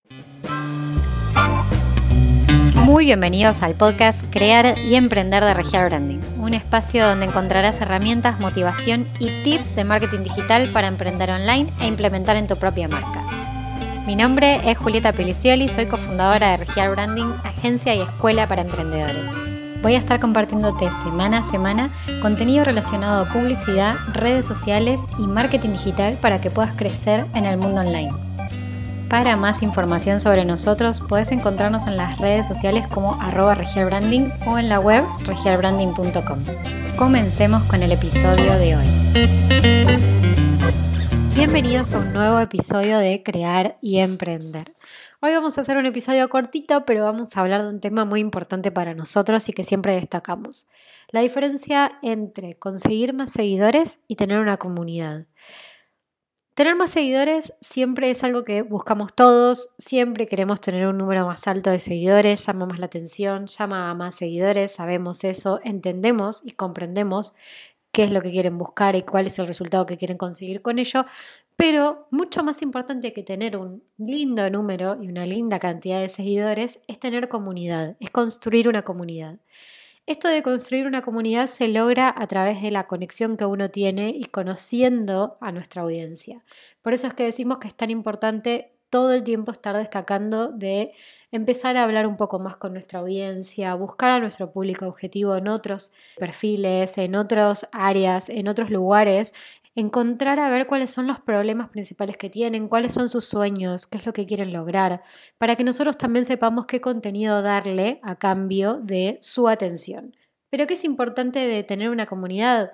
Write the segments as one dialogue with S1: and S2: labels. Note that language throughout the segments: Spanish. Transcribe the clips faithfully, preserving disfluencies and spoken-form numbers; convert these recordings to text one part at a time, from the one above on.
S1: Muy bienvenidos al podcast Crear y Emprender de Regiar Branding, un espacio donde encontrarás herramientas, motivación y tips de marketing digital para emprender online e implementar en tu propia marca. Mi nombre es Julieta Pelicioli, soy cofundadora de Regiar Branding, agencia y escuela para emprendedores. Voy a estar compartiéndote semana a semana contenido relacionado a publicidad, redes sociales y marketing digital para que puedas crecer en el mundo online. Para más información sobre nosotros, puedes encontrarnos en las redes sociales como arroba regiarbranding o en la web regiarbranding punto com. Comencemos con el episodio de hoy. Bienvenidos a un nuevo episodio de Crear y Emprender. Hoy vamos a hacer un episodio cortito, pero vamos a hablar de un tema muy importante para nosotros y que siempre destacamos. La diferencia entre conseguir más seguidores y tener una comunidad. Tener más seguidores siempre es algo que buscamos todos, siempre queremos tener un número más alto de seguidores, llama más la atención, llama a más seguidores, sabemos eso, entendemos y comprendemos qué es lo que quieren buscar y cuál es el resultado que quieren conseguir con ello, pero mucho más importante que tener un lindo número y una linda cantidad de seguidores es tener comunidad, es construir una comunidad. Esto de construir una comunidad se logra a través de la conexión que uno tiene y conociendo a nuestra audiencia. Por eso es que decimos que es tan importante todo el tiempo estar destacando de empezar a hablar un poco más con nuestra audiencia, buscar a nuestro público objetivo en otros perfiles, en otras áreas, en otros lugares, encontrar a ver cuáles son los problemas principales que tienen, cuáles son sus sueños, qué es lo que quieren lograr, para que nosotros también sepamos qué contenido darle a cambio de su atención. Pero ¿qué es importante de tener una comunidad?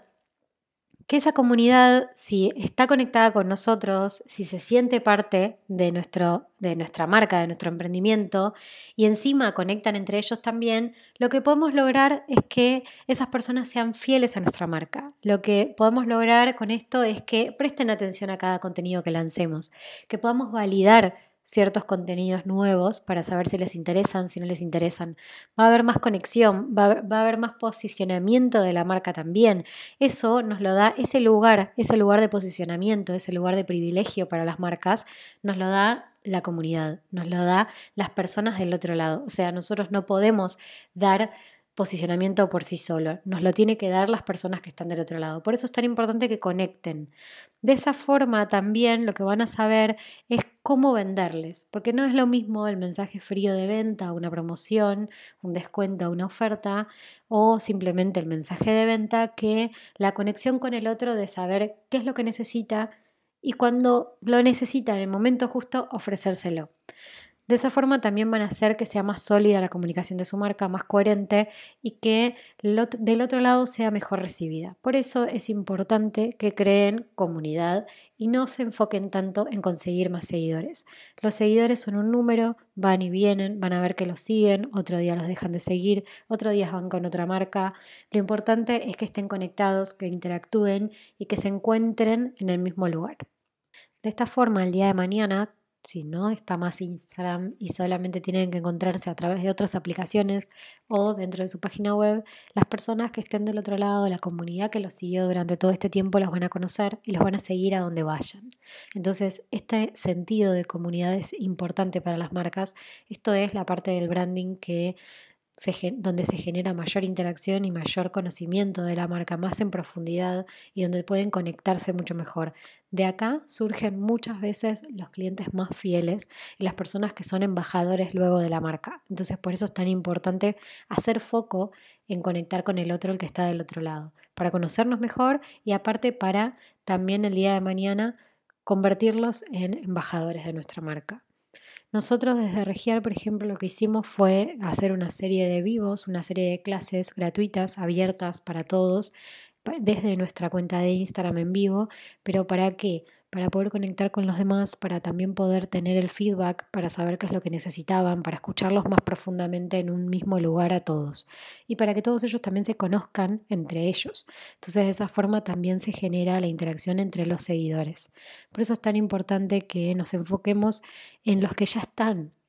S1: Que esa comunidad, si está conectada con nosotros, si se siente parte de, nuestro, de nuestra marca, de nuestro emprendimiento y encima conectan entre ellos también, lo que podemos lograr es que esas personas sean fieles a nuestra marca. Lo que podemos lograr con esto es que presten atención a cada contenido que lancemos, que podamos validar ciertos contenidos nuevos para saber si les interesan, si no les interesan. Va a haber más conexión, va a haber, va a haber más posicionamiento de la marca también. Eso nos lo da ese lugar, ese lugar de posicionamiento, ese lugar de privilegio para las marcas, nos lo da la comunidad, nos lo da las personas del otro lado. O sea, nosotros no podemos dar posicionamiento por sí solo, nos lo tiene que dar las personas que están del otro lado. Por eso es tan importante que conecten. De esa forma también lo que van a saber es cómo venderles, porque no es lo mismo el mensaje frío de venta, una promoción, un descuento, una oferta o simplemente el mensaje de venta que la conexión con el otro de saber qué es lo que necesita y cuando lo necesita en el momento justo ofrecérselo. De esa forma también van a hacer que sea más sólida la comunicación de su marca, más coherente y que del otro lado sea mejor recibida. Por eso es importante que creen comunidad y no se enfoquen tanto en conseguir más seguidores. Los seguidores son un número, van y vienen, van a ver que los siguen, otro día los dejan de seguir, otro día van con otra marca. Lo importante es que estén conectados, que interactúen y que se encuentren en el mismo lugar. De esta forma, el día de mañana, si no está más Instagram y solamente tienen que encontrarse a través de otras aplicaciones o dentro de su página web, las personas que estén del otro lado, la comunidad que los siguió durante todo este tiempo, los van a conocer y los van a seguir a donde vayan. Entonces, este sentido de comunidad es importante para las marcas. Esto es la parte del branding que Se, donde se genera mayor interacción y mayor conocimiento de la marca, más en profundidad y donde pueden conectarse mucho mejor. De acá surgen muchas veces los clientes más fieles y las personas que son embajadores luego de la marca. Entonces por eso es tan importante hacer foco en conectar con el otro, el que está del otro lado, para conocernos mejor y aparte para también el día de mañana convertirlos en embajadores de nuestra marca. Nosotros desde Regiar, por ejemplo, lo que hicimos fue hacer una serie de vivos, una serie de clases gratuitas, abiertas para todos, desde nuestra cuenta de Instagram en vivo. ¿Pero para qué? Para poder conectar con los demás, para también poder tener el feedback, para saber qué es lo que necesitaban, para escucharlos más profundamente en un mismo lugar a todos y para que todos ellos también se conozcan entre ellos. Entonces de esa forma también se genera la interacción entre los seguidores. Por eso es tan importante que nos enfoquemos en los que ya están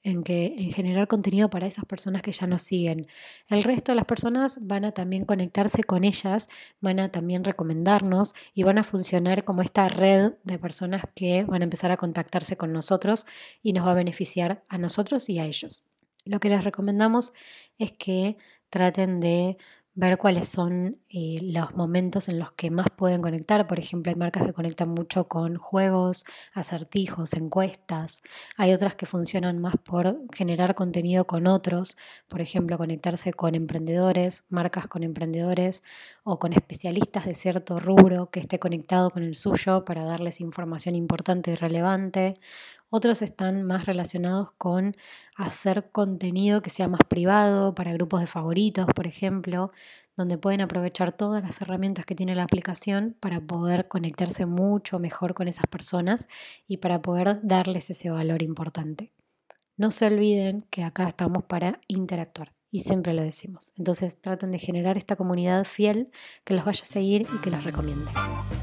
S1: en que en generar contenido para esas personas que ya nos siguen. El resto de las personas van a también conectarse con ellas, van a también recomendarnos y van a funcionar como esta red de personas que van a empezar a contactarse con nosotros y nos va a beneficiar a nosotros y a ellos. Lo que les recomendamos es que traten de ver cuáles son eh, los momentos en los que más pueden conectar. Por ejemplo, hay marcas que conectan mucho con juegos, acertijos, encuestas. Hay otras que funcionan más por generar contenido con otros. Por ejemplo, conectarse con emprendedores, marcas con emprendedores o con especialistas de cierto rubro que esté conectado con el suyo para darles información importante y relevante. Otros están más relacionados con hacer contenido que sea más privado para grupos de favoritos, por ejemplo, donde pueden aprovechar todas las herramientas que tiene la aplicación para poder conectarse mucho mejor con esas personas y para poder darles ese valor importante. No se olviden que acá estamos para interactuar y siempre lo decimos. Entonces traten de generar esta comunidad fiel que los vaya a seguir y que los recomiende.